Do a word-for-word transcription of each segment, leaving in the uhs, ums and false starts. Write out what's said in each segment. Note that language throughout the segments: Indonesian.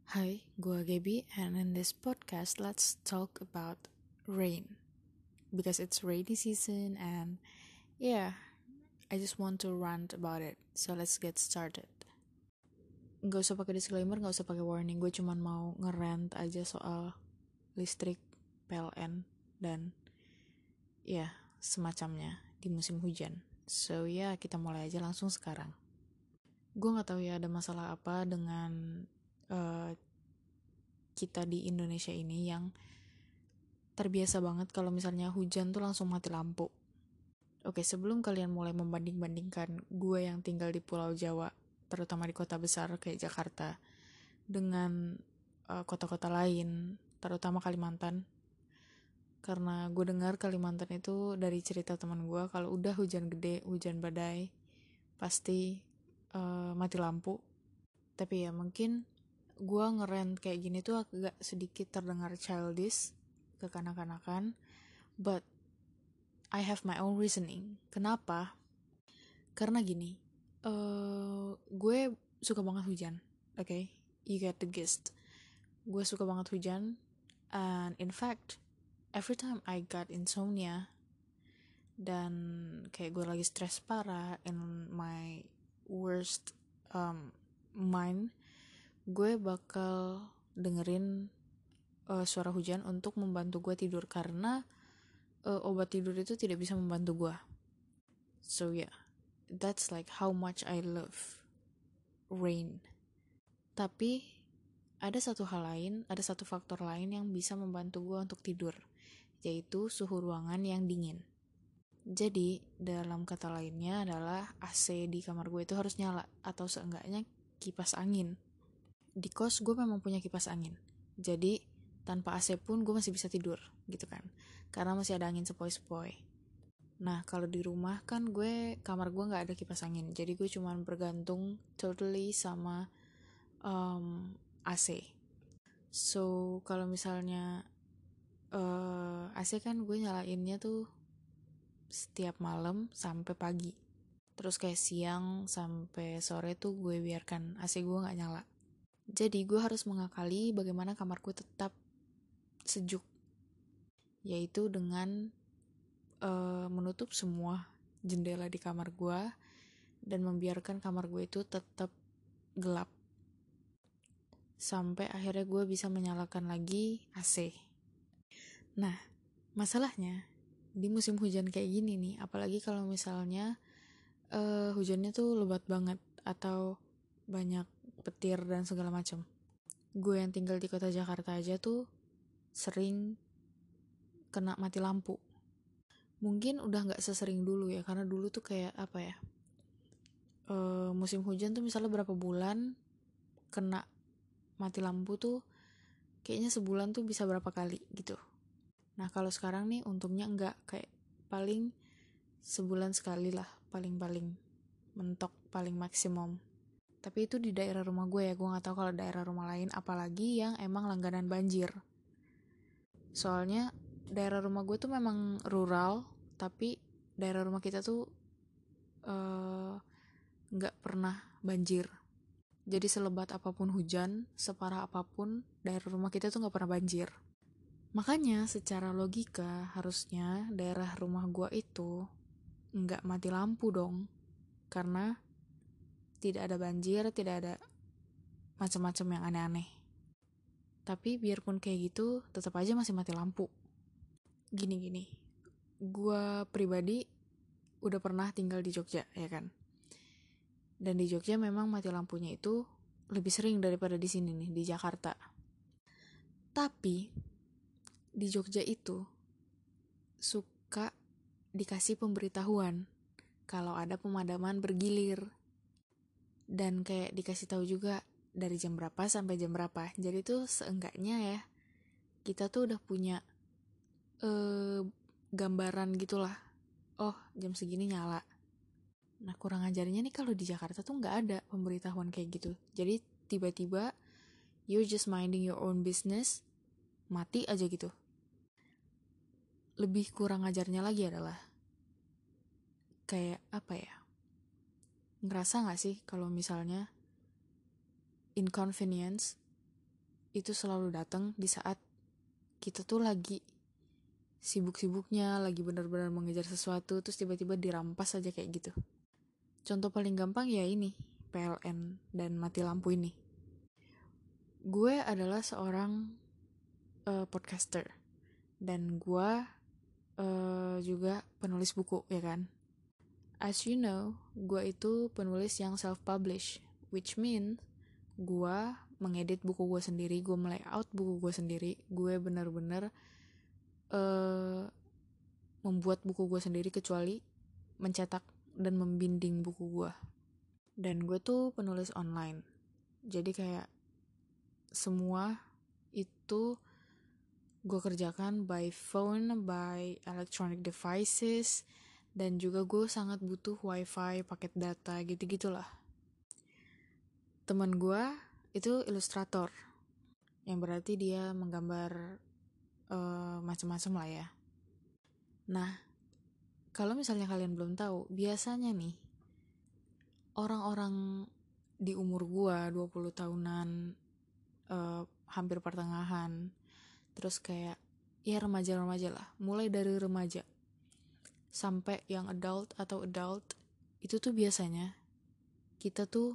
Hi, gue Gaby, and in this podcast, let's talk about rain because it's rainy season, and yeah, I just want to rant about it. So let's get started. Gak usah pakai disclaimer, gak usah pakai warning. Gue cuman mau ngerant aja soal listrik, P L N, dan ya semacamnya di musim hujan. So ya, kita mulai aja langsung sekarang. Gue nggak tahu ya ada masalah apa dengan uh, kita di Indonesia ini yang terbiasa banget kalau misalnya hujan tuh langsung mati lampu. Oke, sebelum kalian mulai membanding-bandingkan gue yang tinggal di Pulau Jawa, terutama di kota besar kayak Jakarta, dengan uh, kota-kota lain, terutama Kalimantan, karena gue dengar Kalimantan itu dari cerita teman gue, kalau udah hujan gede, hujan badai, pasti uh, mati lampu. Tapi ya mungkin gue ngerent kayak gini tuh agak sedikit terdengar childish, kekanak-kanakan, but I have my own reasoning. Kenapa? Karena gini, uh, gue suka banget hujan, oke? Okay? You get the gist. Gue suka banget hujan, and in fact, every time I got insomnia, dan kayak gue lagi stress parah, in my worst um, mind, gue bakal dengerin uh, suara hujan untuk membantu gue tidur, karena uh, obat tidur itu tidak bisa membantu gue. So yeah, that's like how much I love rain. Tapi ada satu hal lain, ada satu faktor lain yang bisa membantu gue untuk tidur, yaitu suhu ruangan yang dingin. Jadi dalam kata lainnya adalah A C di kamar gue itu harus nyala, atau seenggaknya kipas angin. Di kos gue memang punya kipas angin, jadi tanpa A C pun gue masih bisa tidur gitu kan, karena masih ada angin sepoi-sepoi. Nah kalau di rumah kan gue, kamar gue gak ada kipas angin, jadi gue cuma bergantung totally sama um, A C. So kalau misalnya uh, A C kan gue nyalainnya tuh setiap malam sampai pagi, terus kayak siang sampai sore tuh gue biarkan A C gue gak nyala. Jadi gue harus mengakali bagaimana kamarku tetap sejuk, yaitu dengan uh, menutup semua jendela di kamar gue dan membiarkan kamar gue itu tetap gelap sampai akhirnya gue bisa menyalakan lagi A C. Nah, masalahnya di musim hujan kayak gini nih, apalagi kalau misalnya uh, hujannya tuh lebat banget atau banyak petir dan segala macam. Gue yang tinggal di kota Jakarta aja tuh sering kena mati lampu. Mungkin udah nggak sesering dulu ya, karena dulu tuh kayak apa ya, uh, musim hujan tuh misalnya berapa bulan kena mati lampu tuh kayaknya sebulan tuh bisa berapa kali gitu. Nah kalau sekarang nih untungnya enggak, kayak paling sebulan sekali lah, paling-paling mentok, paling maksimum. Tapi itu di daerah rumah gue ya, gue nggak tahu kalau daerah rumah lain, apalagi yang emang langganan banjir. Soalnya daerah rumah gue tuh memang rural, tapi daerah rumah kita tuh nggak uh, pernah banjir. Jadi selebat apapun hujan, separah apapun, daerah rumah kita tuh nggak pernah banjir. Makanya secara logika harusnya daerah rumah gua itu nggak mati lampu dong, karena tidak ada banjir, tidak ada macam-macam yang aneh-aneh. Tapi biarpun kayak gitu, tetap aja masih mati lampu. Gini-gini, gua pribadi udah pernah tinggal di Jogja, ya kan? Dan di Jogja memang mati lampunya itu lebih sering daripada di sini nih, di Jakarta. Tapi di Jogja itu suka dikasih pemberitahuan kalau ada pemadaman bergilir, dan kayak dikasih tahu juga dari jam berapa sampai jam berapa. Jadi tuh seenggaknya ya kita tuh udah punya eh, gambaran gitulah, oh jam segini nyala. Nah kurang ajarnya nih kalau di Jakarta tuh nggak ada pemberitahuan kayak gitu. Jadi tiba-tiba you're just minding your own business, mati aja gitu. Lebih kurang ajarnya lagi adalah kayak apa ya, ngerasa gak sih kalau misalnya inconvenience itu selalu datang di saat kita tuh lagi sibuk-sibuknya, lagi benar-benar mengejar sesuatu, terus tiba-tiba dirampas aja kayak gitu. Contoh paling gampang ya ini, P L N dan mati lampu ini. Gue adalah seorang uh, podcaster, dan gue uh, juga penulis buku, ya kan? As you know, gue itu penulis yang self-publish, which means gue mengedit buku gue sendiri, gue melayout buku gue sendiri, gue benar-benar uh, membuat buku gue sendiri, kecuali mencetak dan membimbing buku gue. Dan gue tuh penulis online, jadi kayak semua itu gue kerjakan by phone, by electronic devices, dan juga gue sangat butuh wifi, paket data, gitu-gitulah. Teman gue itu ilustrator, yang berarti dia menggambar uh, macam-macam lah ya. Nah, kalau misalnya kalian belum tahu, biasanya nih orang-orang di umur gue dua puluh tahunan, uh, hampir pertengahan, terus kayak ya remaja-remaja lah, mulai dari remaja sampai yang adult atau adult, itu tuh biasanya kita tuh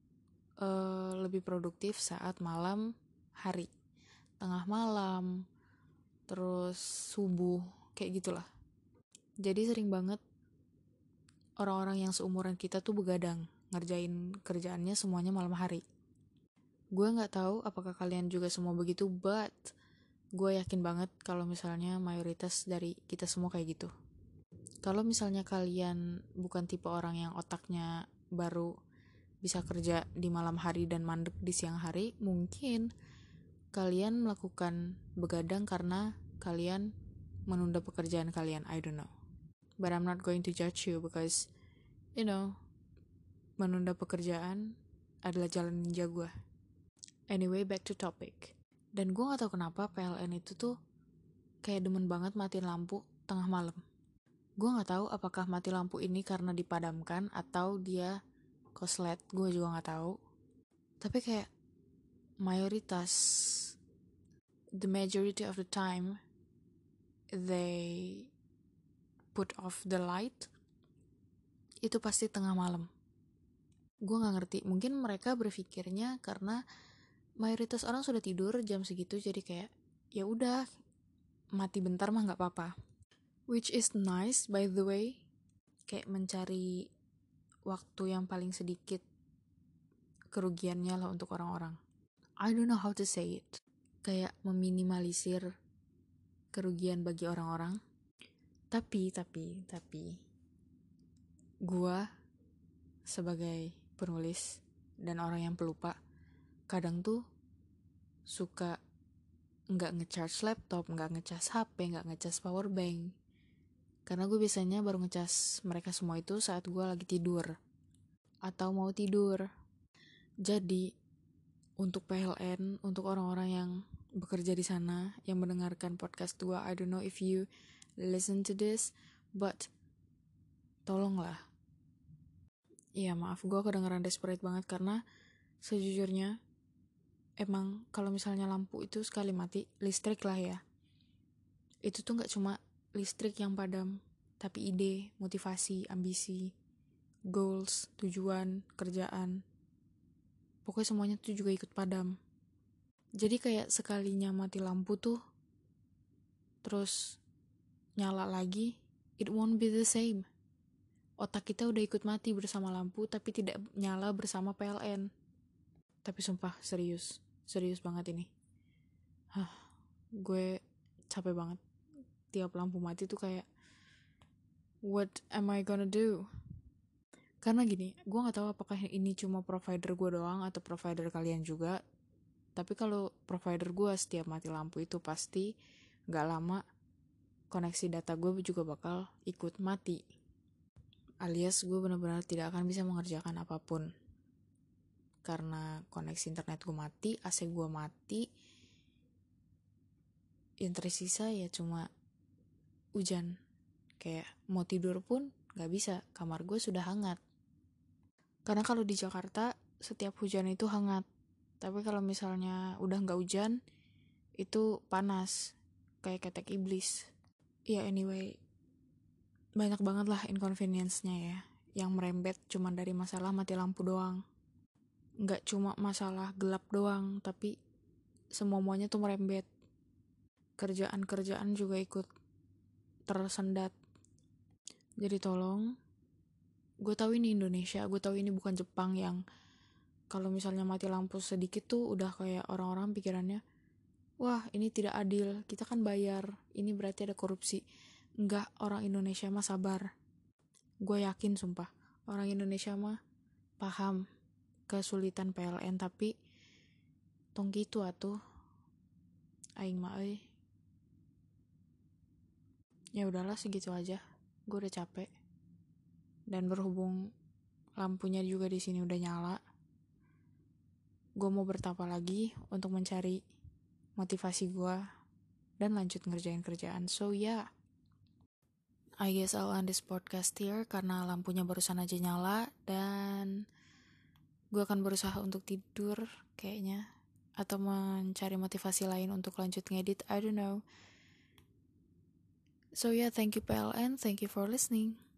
uh, lebih produktif saat malam hari, tengah malam, terus subuh, kayak gitulah. Jadi sering banget orang-orang yang seumuran kita tuh begadang, ngerjain kerjaannya semuanya malam hari. Gue gak tahu apakah kalian juga semua begitu, but gue yakin banget kalau misalnya mayoritas dari kita semua kayak gitu. Kalau misalnya kalian bukan tipe orang yang otaknya baru bisa kerja di malam hari dan mandek di siang hari, mungkin kalian melakukan begadang karena kalian menunda pekerjaan kalian, I don't know. But I'm not going to judge you because, you know, menunda pekerjaan adalah jalan ninja gue. Anyway, back to topic. Dan gue gak tahu kenapa P L N itu tuh kayak demen banget matiin lampu tengah malam. Gue gak tahu apakah mati lampu ini karena dipadamkan atau dia koslet, gue juga gak tahu. Tapi kayak mayoritas, the majority of the time, they put off the light, itu pasti tengah malam. Gue gak ngerti, mungkin mereka berpikirnya karena mayoritas orang sudah tidur jam segitu, jadi kayak ya udah mati bentar mah gak apa-apa. Which is nice by the way, kayak mencari waktu yang paling sedikit kerugiannya lah untuk orang-orang. I don't know how to say it. Kayak meminimalisir kerugian bagi orang-orang. Tapi, tapi, tapi gua sebagai penulis dan orang yang pelupa, kadang tuh suka nggak ngecharge laptop, nggak ngecas H P, nggak ngecas power bank. Karena gue biasanya baru ngecas mereka semua itu saat gue lagi tidur atau mau tidur. Jadi untuk P L N, untuk orang-orang yang bekerja di sana, yang mendengarkan podcast gue, I don't know if you listen to this, but tolonglah. Iya maaf, gue kedengeran desperate banget karena sejujurnya emang kalau misalnya lampu itu sekali mati, listrik lah ya, itu tuh gak cuma listrik yang padam, tapi ide, motivasi, ambisi, goals, tujuan, kerjaan, pokoknya semuanya tuh juga ikut padam. Jadi kayak sekalinya mati lampu tuh terus nyala lagi, it won't be the same. Otak kita udah ikut mati bersama lampu tapi tidak nyala bersama P L N. Tapi sumpah serius, serius banget ini. Hah, gue capek banget. Tiap lampu mati tuh kayak, what am I gonna do? Karena gini, gue gak tahu apakah ini cuma provider gue doang atau provider kalian juga. Tapi kalau provider gue setiap mati lampu itu pasti gak lama koneksi data gue juga bakal ikut mati. Alias gue benar-benar tidak akan bisa mengerjakan apapun. Karena koneksi internet gue mati, A C gue mati, yang tersisa ya cuma hujan. Kayak mau tidur pun gak bisa, kamar gue sudah hangat. Karena kalau di Jakarta setiap hujan itu hangat. Tapi kalau misalnya udah nggak hujan, itu panas, kayak ketek iblis. Ya anyway, banyak banget lah inconvenience-nya ya, yang merembet cuma dari masalah mati lampu doang. Nggak cuma masalah gelap doang, tapi semua-muanya tuh merembet. Kerjaan-kerjaan juga ikut tersendat. Jadi tolong, gue tahu ini Indonesia, gue tahu ini bukan Jepang yang kalau misalnya mati lampu sedikit tuh udah kayak orang-orang pikirannya, wah ini tidak adil, kita kan bayar, ini berarti ada korupsi. Enggak, orang Indonesia mah sabar. Gue yakin sumpah, orang Indonesia mah paham kesulitan P L N, tapi tong gitu atuh aing mah euy. Ya udahlah, segitu aja, gue udah capek. Dan berhubung lampunya juga di sini udah nyala, gue mau bertapa lagi untuk mencari motivasi gue dan lanjut ngerjain kerjaan. So yeah, I guess I'll end this podcast here karena lampunya barusan aja nyala, dan gue akan berusaha untuk tidur kayaknya, atau mencari motivasi lain untuk lanjut ngedit, I don't know. So yeah, thank you P L N, thank you for listening.